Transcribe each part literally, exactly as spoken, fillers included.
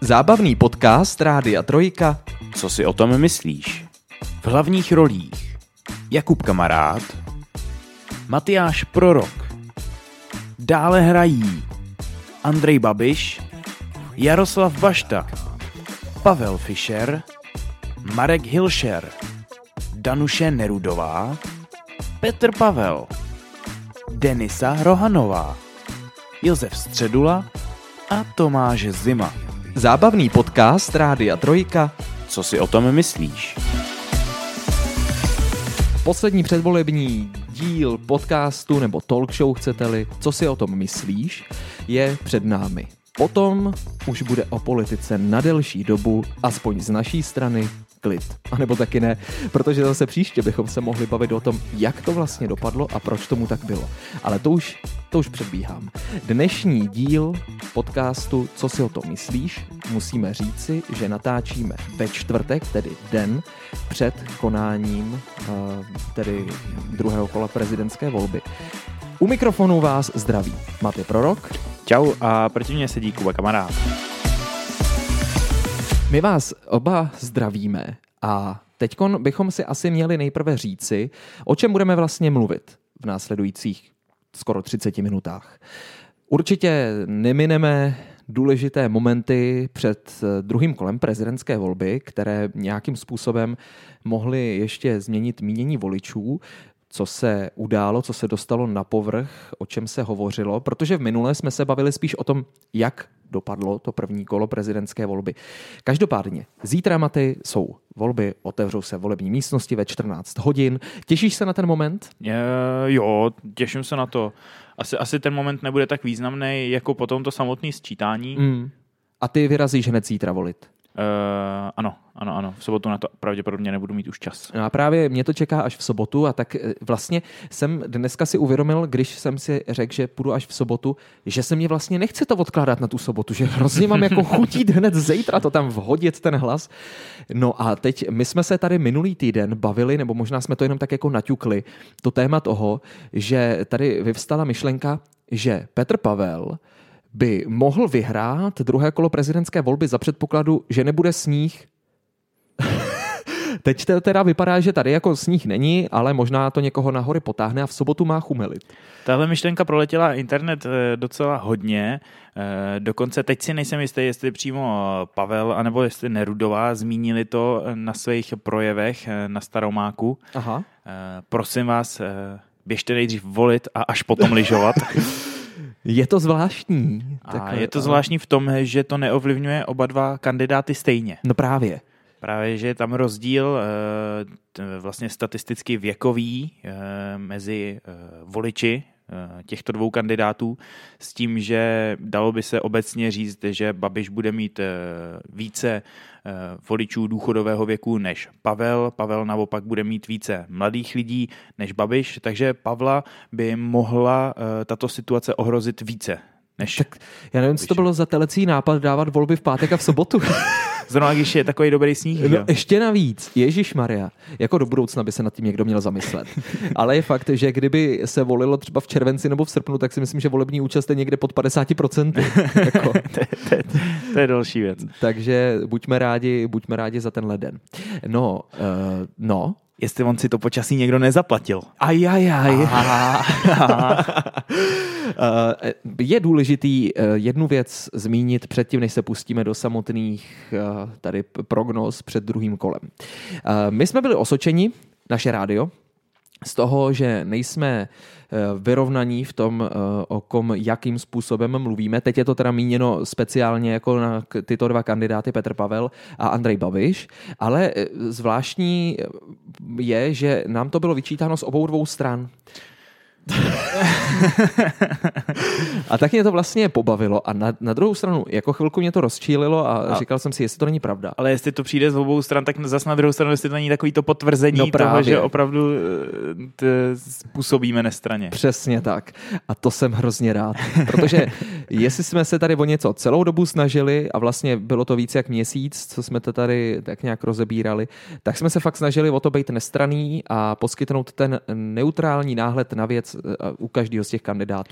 Zábavný podcast Rádia Trojka. Co si o tom myslíš? V hlavních rolích Jakub Kamarád, Matyáš Prorok. Dále hrají Andrej Babiš, Jaroslav Bašta, Pavel Fischer, Marek Hilšer, Danuše Nerudová, Petr Pavel, Denisa Rohanová, Josef Středula a Tomáš Zima. Zábavný podcast Rádia Trojka. Co si o tom myslíš? Poslední předvolební díl podcastu nebo talk show, chcete-li, Co si o tom myslíš, je před námi. Potom už bude o politice na delší dobu, aspoň z naší strany, klid. A nebo taky ne, protože zase příště bychom se mohli bavit o tom, jak to vlastně dopadlo a proč tomu tak bylo. Ale to už, to už předbíhám. Dnešní díl podcastu Co si o tom myslíš, musíme říci, že natáčíme ve čtvrtek, tedy den před konáním tedy druhého kola prezidentské volby. U mikrofonu vás zdraví Maty Prorok. Čau a proti mně sedí Kuba Kamarád. My vás oba zdravíme a teďkon bychom si asi měli nejprve říci, o čem budeme vlastně mluvit v následujících skoro třiceti minutách. Určitě nemineme důležité momenty před druhým kolem prezidentské volby, které nějakým způsobem mohly ještě změnit mínění voličů, co se událo, co se dostalo na povrch, o čem se hovořilo, protože v minule jsme se bavili spíš o tom, jak dopadlo to první kolo prezidentské volby. Každopádně, zítra, Maty, jsou volby, otevřou se volební místnosti ve čtrnáct hodin. Těšíš se na ten moment? Je, jo, těším se na to. Asi, asi ten moment nebude tak významný, jako potom to samotné sčítání. Mm. A ty vyrazíš hned zítra volit? Uh, ano, ano, ano. V sobotu na to pravděpodobně nebudu mít už čas. No a právě mě to čeká až v sobotu a tak vlastně jsem dneska si uvědomil, když jsem si řekl, že půjdu až v sobotu, že se mě vlastně nechce to odkládat na tu sobotu, že hrozně mám jako chutít hned zítra to tam vhodit ten hlas. No a teď my jsme se tady minulý týden bavili, nebo možná jsme to jenom tak jako naťukli, to téma toho, že tady vyvstala myšlenka, že Petr Pavel by mohl vyhrát druhé kolo prezidentské volby za předpokladu, že nebude sníh. Teď to teda vypadá, že tady jako sníh není, ale možná to někoho na hory potáhne a v sobotu má chumelit. Tahle myšlenka proletěla internet docela hodně. Dokonce teď si nejsem jistý, jestli přímo Pavel anebo jestli Nerudová zmínili to na svých projevech na Staromáku. Aha. Prosím vás, běžte nejdřív volit a až potom lyžovat. Je to zvláštní. A tak, je to zvláštní v tom, že to neovlivňuje oba dva kandidáty stejně. No právě. Právě, že je tam rozdíl vlastně statisticky věkový mezi voliči těchto dvou kandidátů s tím, že dalo by se obecně říct, že Babiš bude mít více voličů důchodového věku než Pavel. Pavel naopak bude mít více mladých lidí než Babiš, takže Pavla by mohla tato situace ohrozit více než Tak já nevím, co to bylo za telecí nápad dávat volby v pátek a v sobotu. Zrovna když je takový dobrý sníh. No, ještě navíc, Ježišmarja, jako do budoucna by se nad tím někdo měl zamyslet. Ale je fakt, že kdyby se volilo třeba v červenci nebo v srpnu, tak si myslím, že volební účast je někde pod padesát procent. Jako. to, to, to, to je další věc. Takže buďme rádi, buďme rádi za ten leden. No, uh, no. Jestli on si to počasí někdo nezaplatil. Ajajaj. Je důležitý jednu věc zmínit předtím, než se pustíme do samotných tady prognóz před druhým kolem. My jsme byli osočeni, naše rádio, z toho, že nejsme vyrovnaní v tom, o kom, jakým způsobem mluvíme. Teď je to teda míněno speciálně jako na tyto dva kandidáty, Petr Pavel a Andrej Babiš, ale zvláštní je, že nám to bylo vyčítáno z obou dvou stran. A tak mě to vlastně pobavilo a na, na druhou stranu, jako chvilku mě to rozčílilo a, a říkal jsem si, jestli to není pravda. Ale jestli to přijde z obou stran, tak zase na druhou stranu, jestli to není takový to potvrzení no toho, že opravdu způsobíme nestraně. Přesně tak. A to jsem hrozně rád. Protože jestli jsme se tady o něco celou dobu snažili a vlastně bylo to víc jak měsíc, co jsme to tady tak nějak rozebírali, tak jsme se fakt snažili o to být nestranný a poskytnout ten neutrální náhled na věc u každého z těch kandidátů.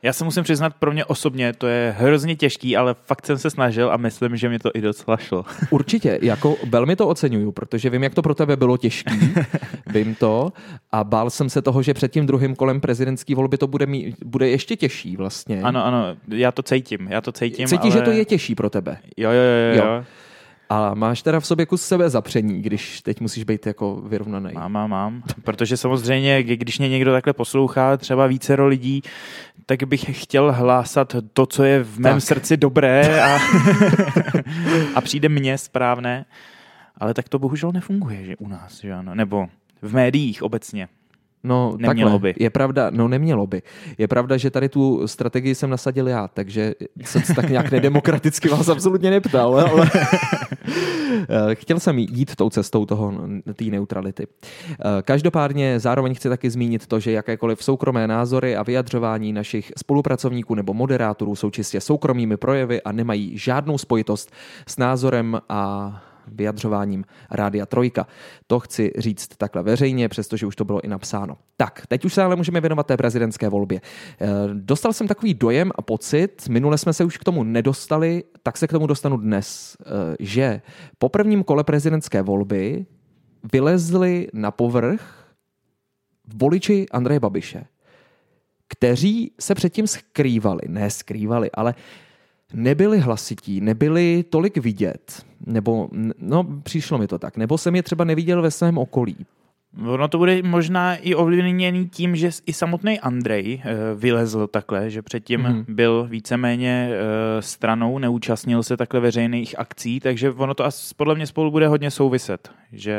Já se musím přiznat, pro mě osobně to je hrozně těžký, ale fakt jsem se snažil a myslím, že mi to i docela šlo. Určitě, jako velmi to oceňuju, protože vím, jak to pro tebe bylo těžký, vím to a bál jsem se toho, že před tím druhým kolem prezidentské volby to bude, mít, bude ještě těžší vlastně. Ano, ano, já to cítím, já to cítím. Cítíš, ale... že to je těžší pro tebe? Jo, jo, jo, jo. jo. A máš teda v sobě kus sebe zapření, když teď musíš být jako vyrovnaný. Mám, mám, mám. Protože samozřejmě, když mě někdo takhle poslouchá, třeba vícero lidí, tak bych chtěl hlásat to, co je v mém tak. srdci dobré a, a přijde mně správné. Ale tak to bohužel nefunguje, že u nás, že ano? Nebo v médiích obecně. No nemělo takhle, by. Je pravda, no nemělo by. Je pravda, že tady tu strategii jsem nasadil já, takže jsem se tak nějak nedemokraticky vás absolutně neptal, ale chtěl jsem jít tou cestou toho, té neutrality. Každopádně zároveň chci taky zmínit to, že jakékoliv soukromé názory a vyjadřování našich spolupracovníků nebo moderátorů jsou čistě soukromými projevy a nemají žádnou spojitost s názorem a vyjadřováním Rádia Trojka. To chci říct takhle veřejně, přestože už to bylo i napsáno. Tak, teď už se ale můžeme věnovat té prezidentské volbě. Dostal jsem takový dojem a pocit, minule jsme se už k tomu nedostali, tak se k tomu dostanu dnes, že po prvním kole prezidentské volby vylezli na povrch voliči Andreje Babiše, kteří se předtím skrývali, ne skrývali, ale nebyli hlasití, nebyli tolik vidět, nebo, no, přišlo mi to tak, nebo jsem je třeba neviděl ve svém okolí. Ono to bude možná i ovlivněný tím, že i samotný Andrej vylezl takhle, že předtím mm. byl víceméně stranou, neúčastnil se takhle veřejných akcí, takže ono to asi podle mě spolu bude hodně souviset, že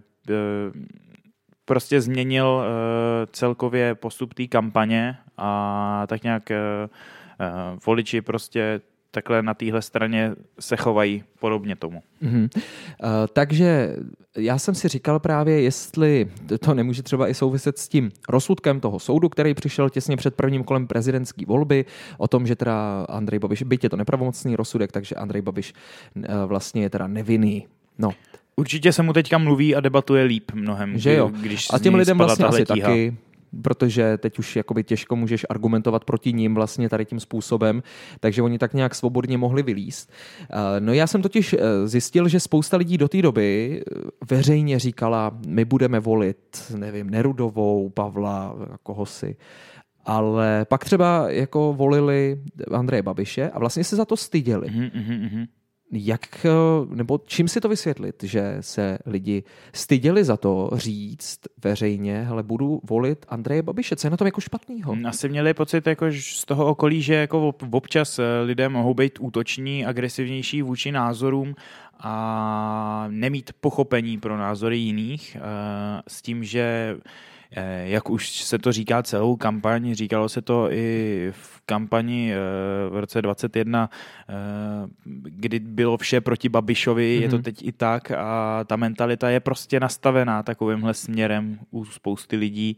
prostě změnil celkově postup té kampaně a tak nějak voliči prostě takhle na téhle straně se chovají podobně tomu. Mm-hmm. Uh, takže já jsem si říkal právě, jestli to nemůže třeba i souviset s tím rozsudkem toho soudu, který přišel těsně před prvním kolem prezidentské volby, o tom, že teda Andrej Babiš, byť je to nepravomocný rozsudek, takže Andrej Babiš uh, vlastně je teda nevinný. No. Určitě se mu teďka mluví a debatuje líp mnohem. Že jo. Když a těm lidem vlastně asi tíha. taky, protože teď už jakoby těžko můžeš argumentovat proti ním vlastně tady tím způsobem, takže oni tak nějak svobodně mohli vylízt. No já jsem totiž zjistil, že spousta lidí do té doby veřejně říkala, my budeme volit, nevím, Nerudovou, Pavla, koho si, ale pak třeba jako volili Andreje Babiše a vlastně se za to styděli. Mm, mm, mm. Jak, nebo čím si to vysvětlit, že se lidi styděli za to říct veřejně, hele, budu volit Andreje Babiše, co je na tom jako špatnýho? Asi měli pocit jako z toho okolí, že jako občas lidé mohou být útoční, agresivnější vůči názorům a nemít pochopení pro názory jiných s tím, že jak už se to říká celou kampaň, říkalo se to i v kampani v roce dvacet jedna, kdy bylo vše proti Babišovi, mm-hmm. je to teď i tak a ta mentalita je prostě nastavená takovýmhle směrem u spousty lidí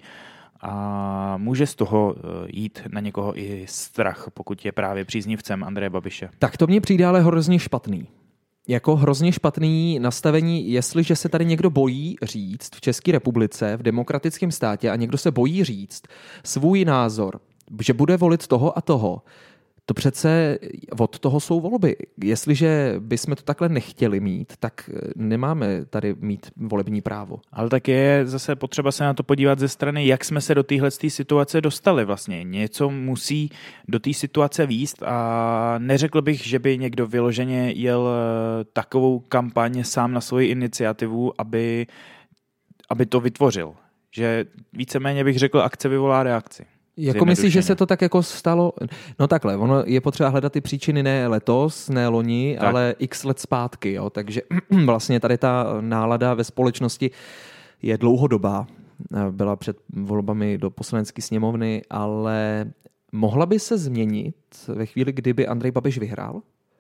a může z toho jít na někoho i strach, pokud je právě příznivcem Andreje Babiše. Tak to mně přijde ale hrozně špatný. Jako hrozně špatný nastavení, jestliže se tady někdo bojí říct v České republice, v demokratickém státě a někdo se bojí říct svůj názor, že bude volit toho a toho, to přece od toho jsou volby. Jestliže bychom to takhle nechtěli mít, tak nemáme tady mít volební právo. Ale tak je zase potřeba se na to podívat ze strany, jak jsme se do téhle situace dostali vlastně. Něco musí do té situace vést a neřekl bych, že by někdo vyloženě jel takovou kampaň sám na svoji iniciativu, aby, aby to vytvořil. Že víceméně bych řekl, akce vyvolá reakci. Jako myslíš, že se to tak jako stalo? No takhle, ono je potřeba hledat ty příčiny ne letos, ne loni, tak. ale x let zpátky, jo? Takže vlastně tady ta nálada ve společnosti je dlouhodobá. Byla před volbami do poslanecké sněmovny, ale mohla by se změnit ve chvíli, kdyby Andrej Babiš vyhrál?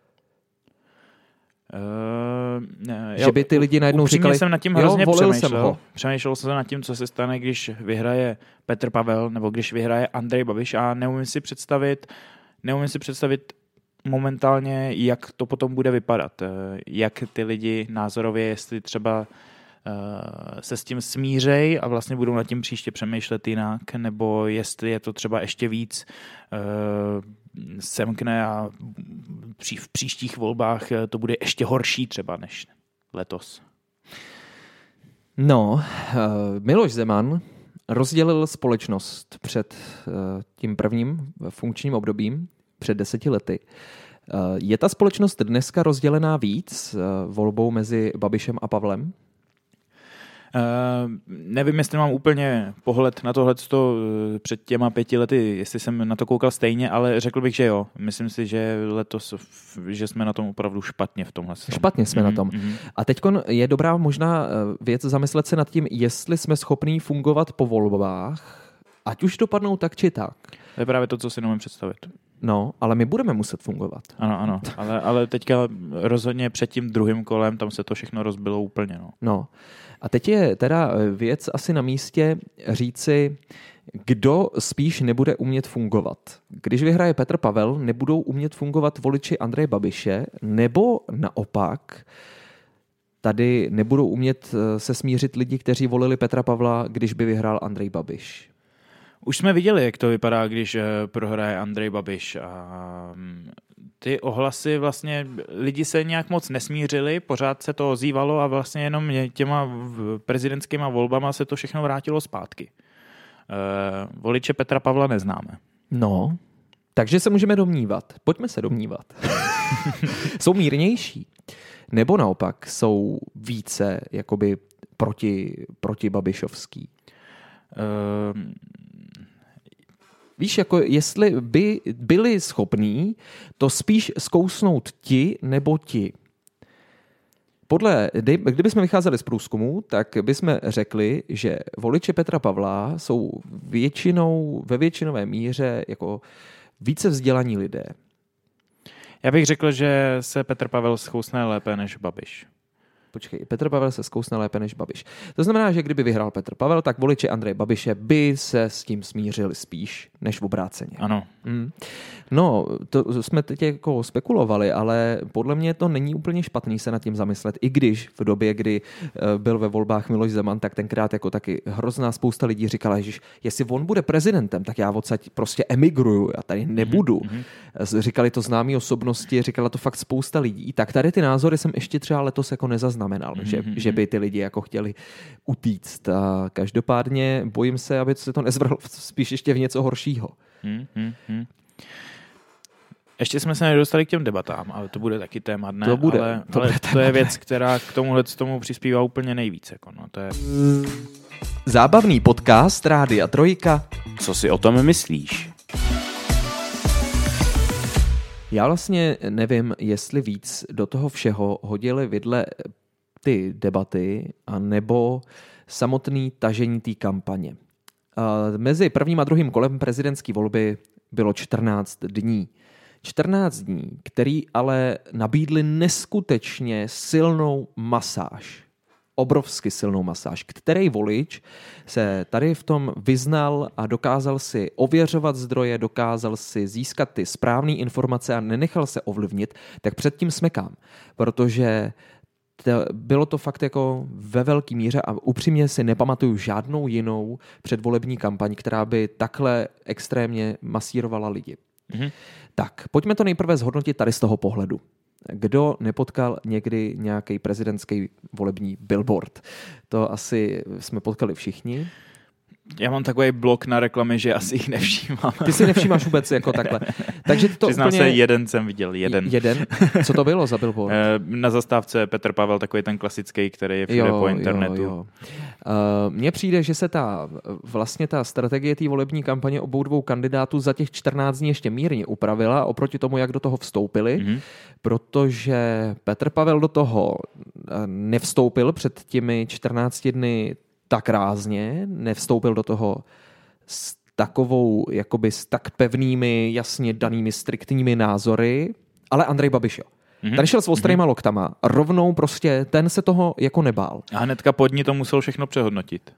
Uh, ne, že by ty lidi najednou říkali, jsem nad tím hrozně jo, přemýšlel. Jsem ho. Přemýšlel jsem nad tím, co se stane, když vyhraje Petr Pavel nebo když vyhraje Andrej Babiš a neumím si představit, neumím si představit momentálně, jak to potom bude vypadat. Jak ty lidi názorově, jestli třeba se s tím smířej a vlastně budou nad tím příště přemýšlet jinak, nebo jestli je to třeba ještě víc semkne a v příštích volbách to bude ještě horší třeba než letos. No, Miloš Zeman rozdělil společnost před tím prvním funkčním obdobím, před deseti lety. Je ta společnost dneska rozdělená víc volbou mezi Babišem a Pavlem? Uh, nevím, jestli mám úplně pohled na tohle před těma pěti lety, jestli jsem na to koukal stejně, ale řekl bych, že jo. Myslím si, že letos, že jsme na tom opravdu špatně v tomhle. Špatně jsme mm-hmm. na tom. A teď je dobrá možná věc zamyslet se nad tím, jestli jsme schopní fungovat po volbách, ať už dopadnou tak či tak. To je právě to, co si nemůžeme představit. No, ale my budeme muset fungovat. Ano, ano, ale, ale teďka rozhodně před tím druhým kolem, tam se to všechno rozbilo úplně. No. no. A teď je teda věc asi na místě říci, kdo spíš nebude umět fungovat. Když vyhraje Petr Pavel, nebudou umět fungovat voliči Andreje Babiše, nebo naopak tady nebudou umět se smířit lidi, kteří volili Petra Pavla, když by vyhrál Andrej Babiš. Už jsme viděli, jak to vypadá, když prohraje Andrej Babiš. A ty ohlasy vlastně, lidi se nějak moc nesmířili, pořád se to ozývalo a vlastně jenom těma prezidentskýma volbama se to všechno vrátilo zpátky. Voliče Petra Pavla neznáme. No, takže se můžeme domnívat. Pojďme se domnívat. Jsou mírnější. Nebo naopak jsou více jakoby proti, proti Babišovský. Um, Víš, jako jestli by byli schopní to spíš zkousnout ti nebo ti. Podle, kdybychom vycházeli z průzkumu, tak bychom řekli, že voliči Petra Pavla jsou většinou, ve většinové míře jako více vzdělaní lidé. Já bych řekl, že se Petr Pavel zkousne lépe než Babiš. Počkej, Petr Pavel se zkousne lépe než Babiš. To znamená, že kdyby vyhrál Petr Pavel, tak voliči Andreje Babiše by se s tím smířili spíš než v obráceně. Ano. Hmm. No, to jsme teď jako spekulovali, ale podle mě to není úplně špatný se nad tím zamyslet, i když v době, kdy byl ve volbách Miloš Zeman, tak tenkrát jako taky hrozná spousta lidí říkala, že jestli on bude prezidentem, tak já odsaď prostě emigruju, já tady nebudu. Mm-hmm. Říkali to známí osobnosti, říkala to fakt spousta lidí. Tak tady ty názory jsem ještě třeba letos jako nezaznamenal, mm-hmm. že, že by ty lidi jako chtěli utíct. A každopádně bojím se, aby se to nezvrhlo spíš ještě v něco horšího. Mm-hmm. Ještě jsme se nedostali k těm debatám, ale to bude taky téma dne, to bude, ale, to, ale bude to je věc, která k tomuhle k tomu přispívá úplně nejvíc. Jako no, to je... Zábavný podcast Rádia Trojka. Co si o tom myslíš? Já vlastně nevím, jestli víc do toho všeho hodili vidle ty debaty, anebo samotný tažení té kampaně. Mezi prvním a druhým kolem prezidentské volby bylo čtrnáct dní. čtrnáct dní, který ale nabídli neskutečně silnou masáž. Obrovsky silnou masáž, který volič se tady v tom vyznal a dokázal si ověřovat zdroje, dokázal si získat ty správné informace a nenechal se ovlivnit, tak předtím smekám, protože to, bylo to fakt jako ve velké míře a upřímně si nepamatuju žádnou jinou předvolební kampaň, která by takhle extrémně masírovala lidi. Mm-hmm. Tak, pojďme to nejprve zhodnotit tady z toho pohledu. Kdo nepotkal někdy nějaký prezidentský volební billboard? To asi jsme potkali všichni. Já mám takový blok na reklamy, že asi jich nevšímám. Ty si nevšímáš vůbec jako takhle. Takže to Přiznám úplně... se, jeden jsem viděl, jeden. Jeden? Co to bylo za billboard? Na zastávce Petr Pavel, takový ten klasický, který je všude jo, po internetu. Jo, jo. Mně přijde, že se ta vlastně ta strategie té volební kampaně obou dvou kandidátů za těch čtrnáct dní ještě mírně upravila oproti tomu, jak do toho vstoupili, mm-hmm. protože Petr Pavel do toho nevstoupil před těmi čtrnácti dny tak rázně, nevstoupil do toho s takovou, jakoby s tak pevnými, jasně danými, striktními názory, ale Andrej Babiš jo. Mm-hmm. Ten šel s ostrýma mm-hmm. loktama, rovnou prostě, ten se toho jako nebál. A hnedka pod ní to musel všechno přehodnotit.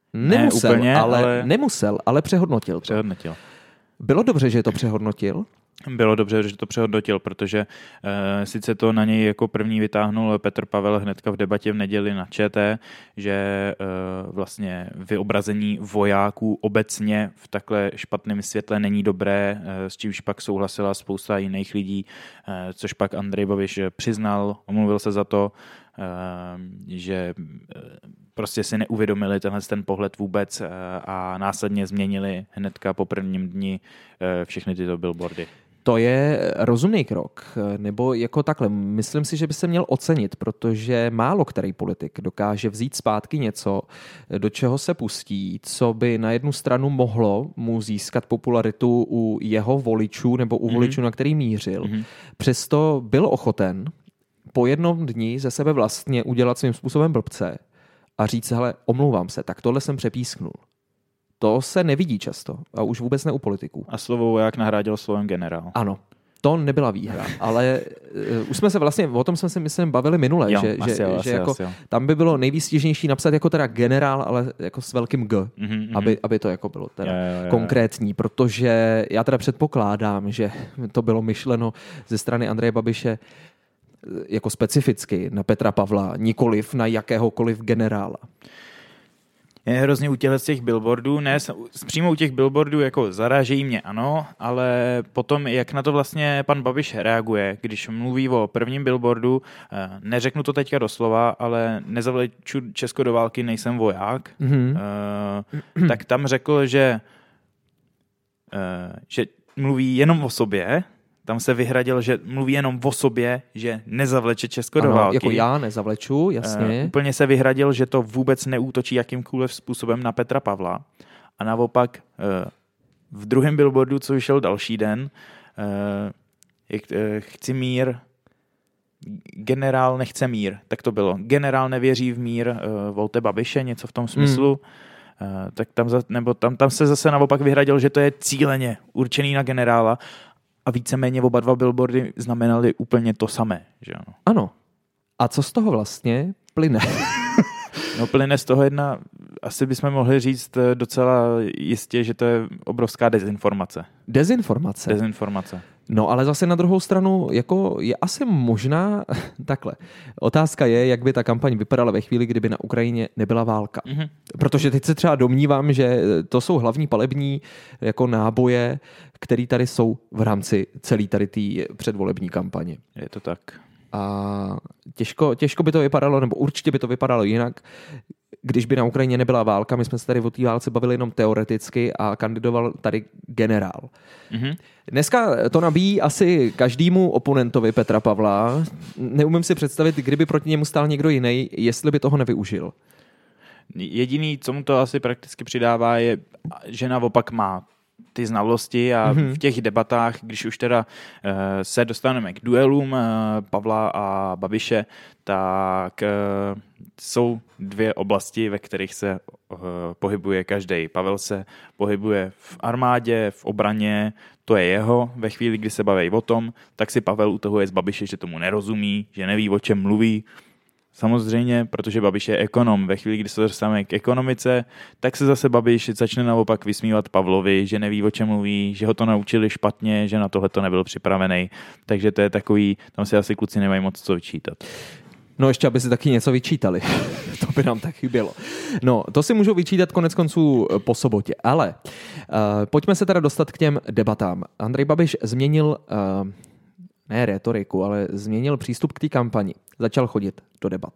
Nemusel, ne úplně, ale, ale... nemusel, ale přehodnotil to. Přehodnotil. Bylo dobře, že to přehodnotil? Bylo dobře, že to přehodnotil, protože uh, sice to na něj jako první vytáhnul Petr Pavel hnedka v debatě v neděli na ČT, že uh, vlastně vyobrazení vojáků obecně v takhle špatném světle není dobré, uh, s čímž pak souhlasila spousta jiných lidí, uh, což pak Andrej Babiš přiznal, omluvil se za to, uh, že uh, prostě si neuvědomili tenhle ten pohled vůbec uh, a následně změnili hnedka po prvním dni uh, všechny tyto billboardy. To je rozumný krok, nebo jako takhle, myslím si, že by se měl ocenit, protože málo který politik dokáže vzít zpátky něco, do čeho se pustí, co by na jednu stranu mohlo mu získat popularitu u jeho voličů nebo u voličů, mm-hmm. na který mířil. Mm-hmm. Přesto byl ochoten po jednom dni ze sebe vlastně udělat svým způsobem blbce a říct, hele, omlouvám se, tak tohle jsem přepísknul. To se nevidí často a už vůbec ne u politiků. A slovo voják nahradil slovem generál. Ano, to nebyla výhra, ale uh, už jsme se vlastně, o tom jsme se myslím bavili minule, jo, že, že, jo, že jako, jo. tam by bylo nejvýstižnější napsat jako teda generál, ale jako s velkým G, mm-hmm. aby, aby to jako bylo teda jo, jo, jo. konkrétní, protože já teda předpokládám, že to bylo myšleno ze strany Andreje Babiše jako specificky na Petra Pavla, nikoliv na jakéhokoliv generála. Je hrozně u těchto těch billboardů, ne, přímo u těch billboardů jako zarážejí mě, ano, ale potom, jak na to vlastně pan Babiš reaguje, když mluví o prvním billboardu, neřeknu to teďka doslova, ale nezavleču Česko do války, nejsem voják, mm-hmm. uh, tak tam řekl, že, uh, že mluví jenom o sobě, tam se vyhradil, že mluví jenom o sobě, že nezavleče Česko ano, do války. Jako já nezavleču, jasně. Uh, úplně se vyhradil, že to vůbec neútočí jakýmkoliv způsobem na Petra Pavla. A naopak uh, v druhém billboardu, co vyšel další den, uh, jak, uh, chci mír, generál nechce mír. Tak to bylo. Generál nevěří v mír, uh, volte Babiše, něco v tom smyslu. Hmm. Uh, tak tam, za, nebo tam, tam se zase naopak vyhradil, že to je cíleně určený na generála. A víceméně oba dva billboardy znamenaly úplně to samé. Že ano? Ano. A co z toho vlastně plyne? No plyne z toho jedna, asi bychom mohli říct docela jistě, že to je obrovská dezinformace. Dezinformace? Dezinformace. No ale zase na druhou stranu jako je asi možná takhle. Otázka je, jak by ta kampaň vypadala ve chvíli, kdyby na Ukrajině nebyla válka. Mm-hmm. Protože teď se třeba domnívám, že to jsou hlavní palební jako náboje, které tady jsou v rámci celé tady té předvolební kampaně. Je to tak. A těžko, těžko by to vypadalo, nebo určitě by to vypadalo jinak, když by na Ukrajině nebyla válka. My jsme se tady o té válce bavili jenom teoreticky a kandidoval tady generál. Mm-hmm. Dneska to nabíjí asi každému oponentovi Petra Pavla. Neumím si představit, kdyby proti němu stál někdo jiný, jestli by toho nevyužil. Jediný, co mu to asi prakticky přidává, je, že naopak má ty znalosti a mm-hmm. v těch debatách, když už teda uh, se dostaneme k duelům uh, Pavla a Babiše, tak uh, jsou dvě oblasti, ve kterých se uh, pohybuje každý. Pavel se pohybuje v armádě, v obraně, to je jeho. Ve chvíli, kdy se baví o tom, tak si Pavel utahuje z Babiše, že tomu nerozumí, že neví, o čem mluví. Samozřejmě, protože Babiš je ekonom. Ve chvíli, kdy se dostaneme k ekonomice, tak se zase Babiš začne naopak vysmívat Pavlovi, že neví, o čem mluví, že ho to naučili špatně, že na tohle to nebyl připravený. Takže to je takový, tam si asi kluci nemají moc co vyčítat. No ještě, aby si taky něco vyčítali. To by nám tak chybělo. No, to si můžou vyčítat konec konců po sobotě. Ale uh, pojďme se teda dostat k těm debatám. Andrej Babiš změnil uh, ne rétoriku, ale změnil přístup k té kampani. Začal chodit do debat.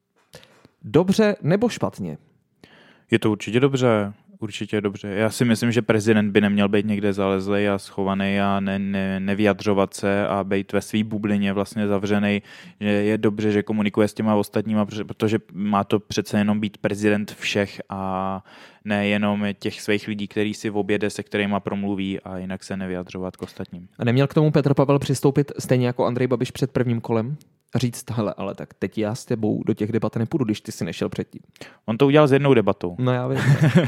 Dobře nebo špatně? Je to určitě dobře. Určitě dobře. Já si myslím, že prezident by neměl být někde zalezlej a schovaný a ne, ne, nevyjadřovat se a být ve své bublině vlastně zavřený. Že je dobře, že komunikuje s těma ostatníma, protože má to přece jenom být prezident všech a ne jenom těch svých lidí, který si v oběde, se kterýma promluví a jinak se nevyjadřovat k ostatním. A neměl k tomu Petr Pavel přistoupit stejně jako Andrej Babiš před prvním kolem? A říct, hele, ale tak teď já s tebou do těch debat nepůjdu, když ty si nešel předtím. On to udělal s jednou debatou. No já vím.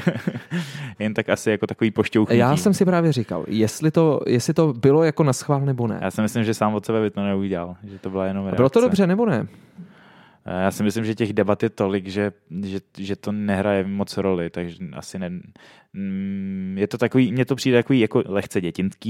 Jen tak asi jako takový pošťouchnutí. Já jsem si právě říkal, jestli to, jestli to bylo jako na schvál nebo ne. Já si myslím, že sám od sebe by to neudělal, že to byla jenom reakce. Bylo to dobře nebo ne? Já si myslím, že těch debat je tolik, že, že, že to nehraje moc roli, takže asi ne. Je to takový, mně to přijde takový jako lehce dětinský,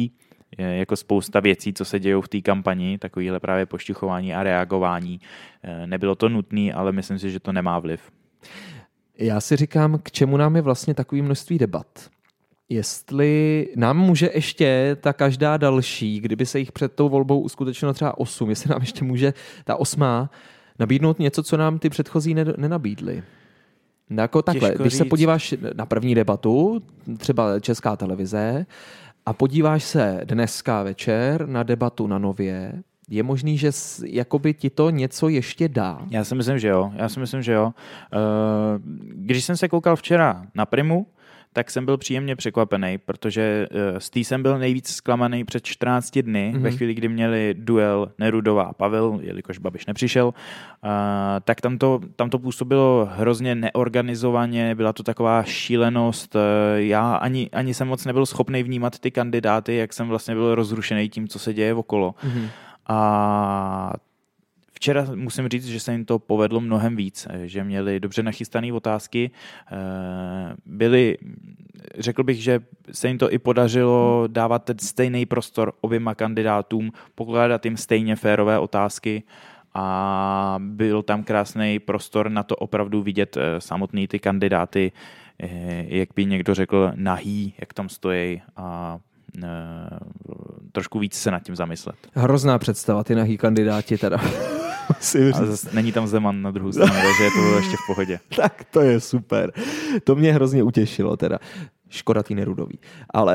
jako spousta věcí, co se dějou v té kampani, takovýhle právě pošťuchování a reagování. Nebylo to nutné, ale myslím si, že to nemá vliv. Já si říkám, k čemu nám je vlastně takový množství debat. Jestli nám může ještě ta každá další, kdyby se jich před tou volbou uskutečnilo třeba osm, jestli nám ještě může ta osmá nabídnout něco, co nám ty předchozí nenabídly. Jako takhle, Těžko když říct. se podíváš na první debatu, třeba Česká televize, a podíváš se dneska večer na debatu na Nově, je možný, že jakoby ti to něco ještě dá? Já si myslím, že jo. Já si myslím, že jo. Když jsem se koukal včera na Primu, tak jsem byl příjemně překvapený, protože z té jsem byl nejvíc zklamaný před čtrnácti dny, mm-hmm. ve chvíli, kdy měli duel Nerudová a Pavel, jelikož Babiš nepřišel, tak tam to, tam to působilo hrozně neorganizovaně, byla to taková šílenost. Já ani, ani jsem moc nebyl schopný vnímat ty kandidáty, jak jsem vlastně byl rozrušený tím, co se děje okolo. Mm-hmm. A včera musím říct, že se jim to povedlo mnohem víc, že měli dobře nachystané otázky, byli, řekl bych, že se jim to i podařilo dávat ten stejný prostor oběma kandidátům, pokládat jim stejně férové otázky a byl tam krásný prostor na to opravdu vidět samotný ty kandidáty, jak by někdo řekl, nahý, jak tam stojí a trošku víc se nad tím zamyslet. Hrozná představa, ty nahý kandidáti teda. Ale zase není tam Zeman na druhou stranu, takže je to bylo ještě v pohodě. Tak to je super. To mě hrozně utěšilo teda. Škoda tý Nerudový. Ale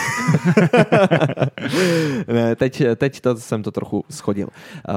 ne, teď, teď to, jsem to trochu schodil. Uh,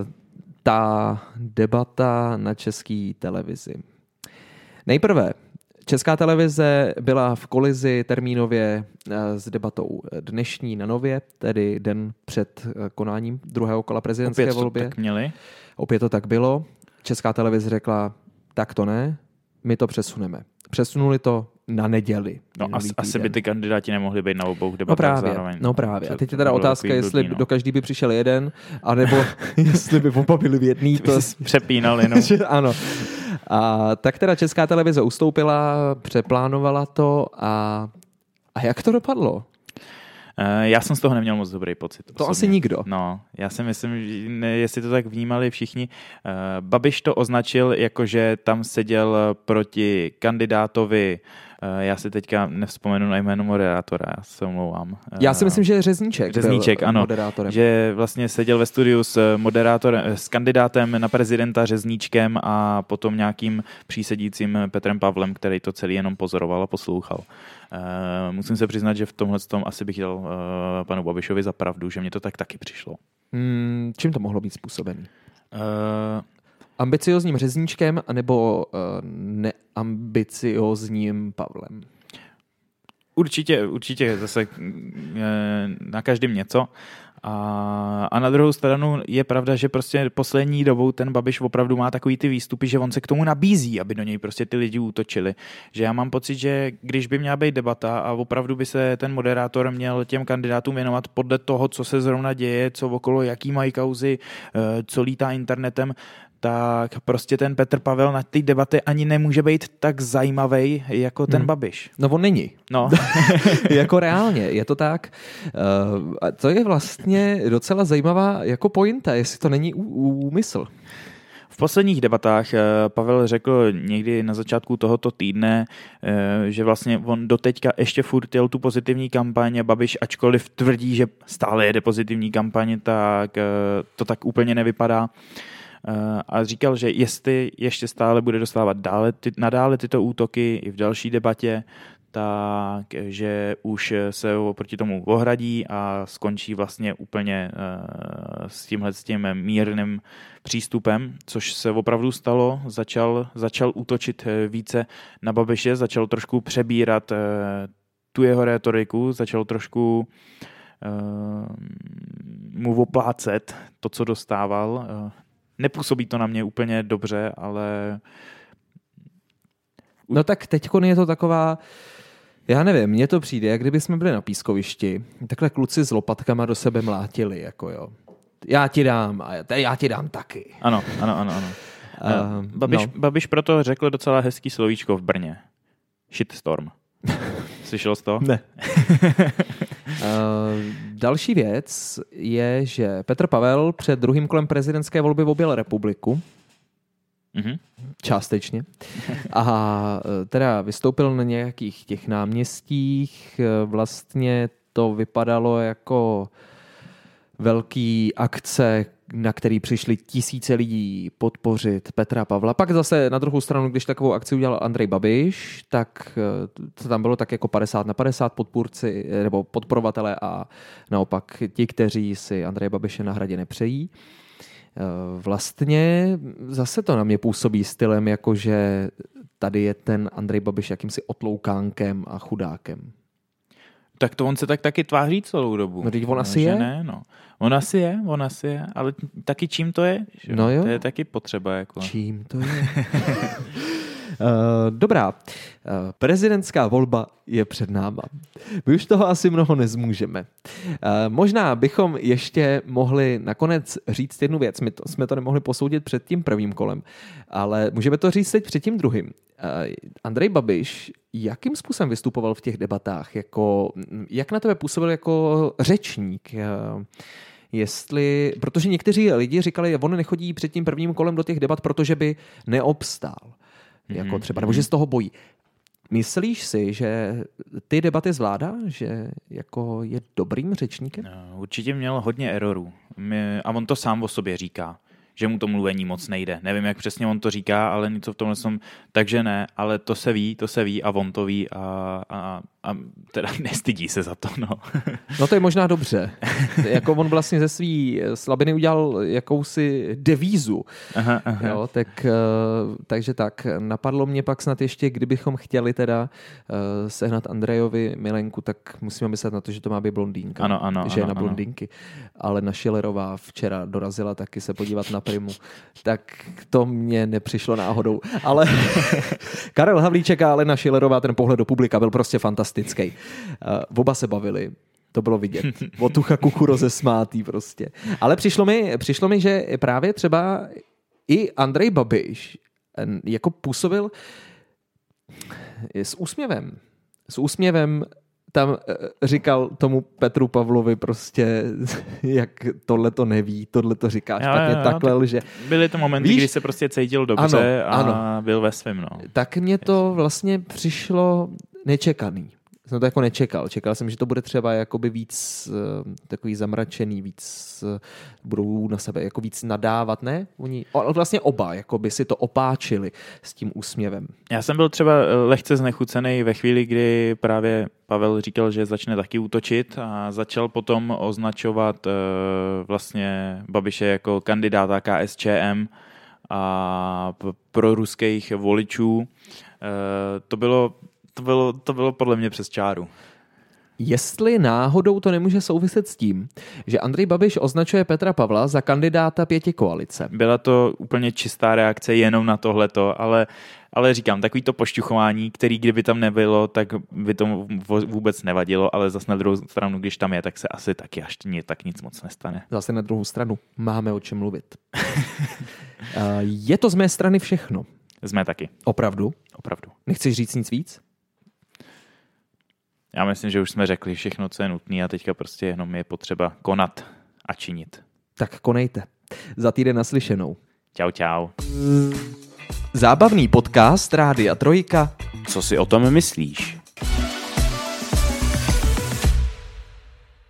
ta debata na České televizi. Nejprve Česká televize byla v kolizi termínově s debatou dnešní na Nově, tedy den před konáním druhého kola prezidentské Opět volby. To tak měli. Opět to tak bylo. Česká televize řekla, tak to ne, my to přesuneme. Přesunuli to na neděli. No as, asi by ty kandidáti nemohli být na obou debatách no právě, zároveň. No právě. A teď je teda otázka, jestli blbý, no. do každý by přišel jeden, anebo jestli by oba byli v jedný. To přepínal jenom. Ano. A tak teda Česká televize ustoupila, přeplánovala to a, a jak to dopadlo? Já jsem z toho neměl moc dobrý pocit. To osobně. asi nikdo. No, já si myslím, že ne, jestli to tak vnímali všichni. Babiš to označil jako, že tam seděl proti kandidátovi, já si teďka nevzpomenu na jméno moderátora, já se omlouvám. Já si myslím, že je Řezníček. Řezníček, ano. Moderátorem. Že vlastně seděl ve studiu s moderátorem, s kandidátem na prezidenta Řezníčkem a potom nějakým přísedícím Petrem Pavlem, který to celý jenom pozoroval a poslouchal. Uh, musím se přiznat, že v tomhle tom asi bych dal uh, panu Babišovi za pravdu, že mě to tak taky přišlo. Hmm, čím to mohlo být způsobený? Uh, Ambiciozním Řezníčkem anebo uh, neambiciozním Pavlem? Určitě, určitě zase na každém něco. A, a na druhou stranu je pravda, že prostě poslední dobou ten Babiš opravdu má takový ty výstupy, že on se k tomu nabízí, aby do něj prostě ty lidi útočili. Že já mám pocit, že když by měla být debata a opravdu by se ten moderátor měl těm kandidátům věnovat podle toho, co se zrovna děje, co okolo, jaký mají kauzy, co lítá internetem, tak prostě ten Petr Pavel na té debaty ani nemůže být tak zajímavý jako ten hmm. Babiš. No on není. No. Jako reálně, je to tak. Uh, a to je vlastně docela zajímavá jako pointa, jestli to není úmysl. V posledních debatách Pavel řekl někdy na začátku tohoto týdne, že vlastně on doteďka ještě furt jel tu pozitivní kampaň a Babiš, ačkoliv tvrdí, že stále jede pozitivní kampaň, tak to tak úplně nevypadá. A říkal, že jestli ještě stále bude dostávat dále, ty, nadále tyto útoky i v další debatě, tak že už se oproti tomu ohradí a skončí vlastně úplně uh, s tímhle s tím mírným přístupem, což se opravdu stalo. Začal, začal útočit více na Babiše, začal trošku přebírat uh, tu jeho rétoriku, začal trošku uh, mu oplácet to, co dostával. Uh, Nepůsobí to na mě úplně dobře, ale... No tak teďkon je to taková, já nevím, mně to přijde, jak kdyby jsme byli na pískovišti, takhle kluci s lopatkama do sebe mlátili, jako jo. Já ti dám a já ti dám taky. Ano, ano, ano. ano. Uh, Babiš, no. Babiš proto řekl docela hezký slovíčko v Brně. Shitstorm. Slyšel jsi to? Ne. další věc je, že Petr Pavel před druhým kolem prezidentské volby objel republiku. Mm-hmm. Částečně. A teda vystoupil na nějakých těch náměstích. Vlastně to vypadalo jako velký akce, na který přišli tisíce lidí podpořit Petra Pavla. Pak zase na druhou stranu, když takovou akci udělal Andrej Babiš, tak to tam bylo tak jako padesát na padesát podpůrci nebo podporovatelé a naopak ti, kteří si Andreje Babiše na Hradě nepřejí. Vlastně zase to na mě působí stylem, jakože tady je ten Andrej Babiš jakýmsi otloukánkem a chudákem. Tak to on se tak taky tváří celou dobu. No teď on no, asi je? Ne, no. On asi je, on asi je, ale taky čím to je? Že? No jo. To je taky potřeba. Jako. Čím to je? Uh, dobrá. Uh, prezidentská volba je před náma. My už toho asi mnoho nezmůžeme. Uh, možná bychom ještě mohli nakonec říct jednu věc. My to, jsme to nemohli posoudit před tím prvním kolem, ale můžeme to říct teď před tím druhým. Uh, Andrej Babiš, jakým způsobem vystupoval v těch debatách? Jako, jak na tebe působil jako řečník? Uh, Jestli, protože někteří lidi říkali, že on nechodí před tím prvním kolem do těch debat, protože by neobstál. Jako třeba, nebo že z toho bojí. Myslíš si, že ty debaty zvládá? Že jako je dobrým řečníkem? No, určitě měl hodně errorů. A on to sám o sobě říká, že mu to mluvení moc nejde. Nevím, jak přesně on to říká, ale něco v tomhle jsem... Takže ne, ale to se ví, to se ví a on to ví a, a, a teda nestydí se za to, no. No to je možná dobře. Jako on vlastně ze svý slabiny udělal jakousi devízu. Aha, aha. Jo, tak, takže tak. Napadlo mě pak snad ještě, kdybychom chtěli teda sehnat Andrejovi milenku, tak musíme myslet na to, že to má být blondýnka. Ano, ano, že je ano, na blondýnky. Ale na Schillerová včera dorazila taky se podívat na Primu. Tak to mě nepřišlo náhodou. Ale Karel Havlíček a Alena Schillerová, ten pohled do publika byl prostě fantastický. Uh, oba se bavili, to bylo vidět. Otucha kuchu rozesmátý prostě. Ale přišlo mi, přišlo mi, že právě třeba i Andrej Babiš jako působil s úsměvem. S úsměvem tam říkal tomu Petru Pavlovi prostě, jak tohle to neví, tohle to říká špatně, takhle lže. Byly to momenty, víš, kdy se prostě cítil dobře ano, a ano. byl ve svém. No. Tak mně to vlastně přišlo nečekaný. Jsem to jako nečekal. Čekal jsem, že to bude třeba jakoby víc uh, takový zamračený, víc uh, budou na sebe jako víc nadávat, ne? Oni vlastně oba jakoby si to opáčili s tím úsměvem. Já jsem byl třeba lehce znechucený ve chvíli, kdy právě Pavel říkal, že začne taky útočit a začal potom označovat uh, vlastně Babiše jako kandidáta K S Č M a pro ruských voličů. Uh, to bylo To bylo, to bylo podle mě přes čáru. Jestli náhodou to nemůže souviset s tím, že Andrej Babiš označuje Petra Pavla za kandidáta pětikoalice. Byla to úplně čistá reakce jenom na tohleto, ale, ale říkám, takový to pošťuchování, který kdyby tam nebylo, tak by to vůbec nevadilo, ale zase na druhou stranu, když tam je, tak se asi taky až tak nic moc nestane. Zase na druhou stranu máme o čem mluvit. Je to z mé strany všechno. Z mé taky. Opravdu? Opravdu. Nechceš říct nic víc? Já myslím, že už jsme řekli všechno, co je nutné a teďka prostě jenom je potřeba konat a činit. Tak konejte. Za týden naslyšenou. Čau, čau. Zábavný podcast Rádia Trojka. Co si o tom myslíš?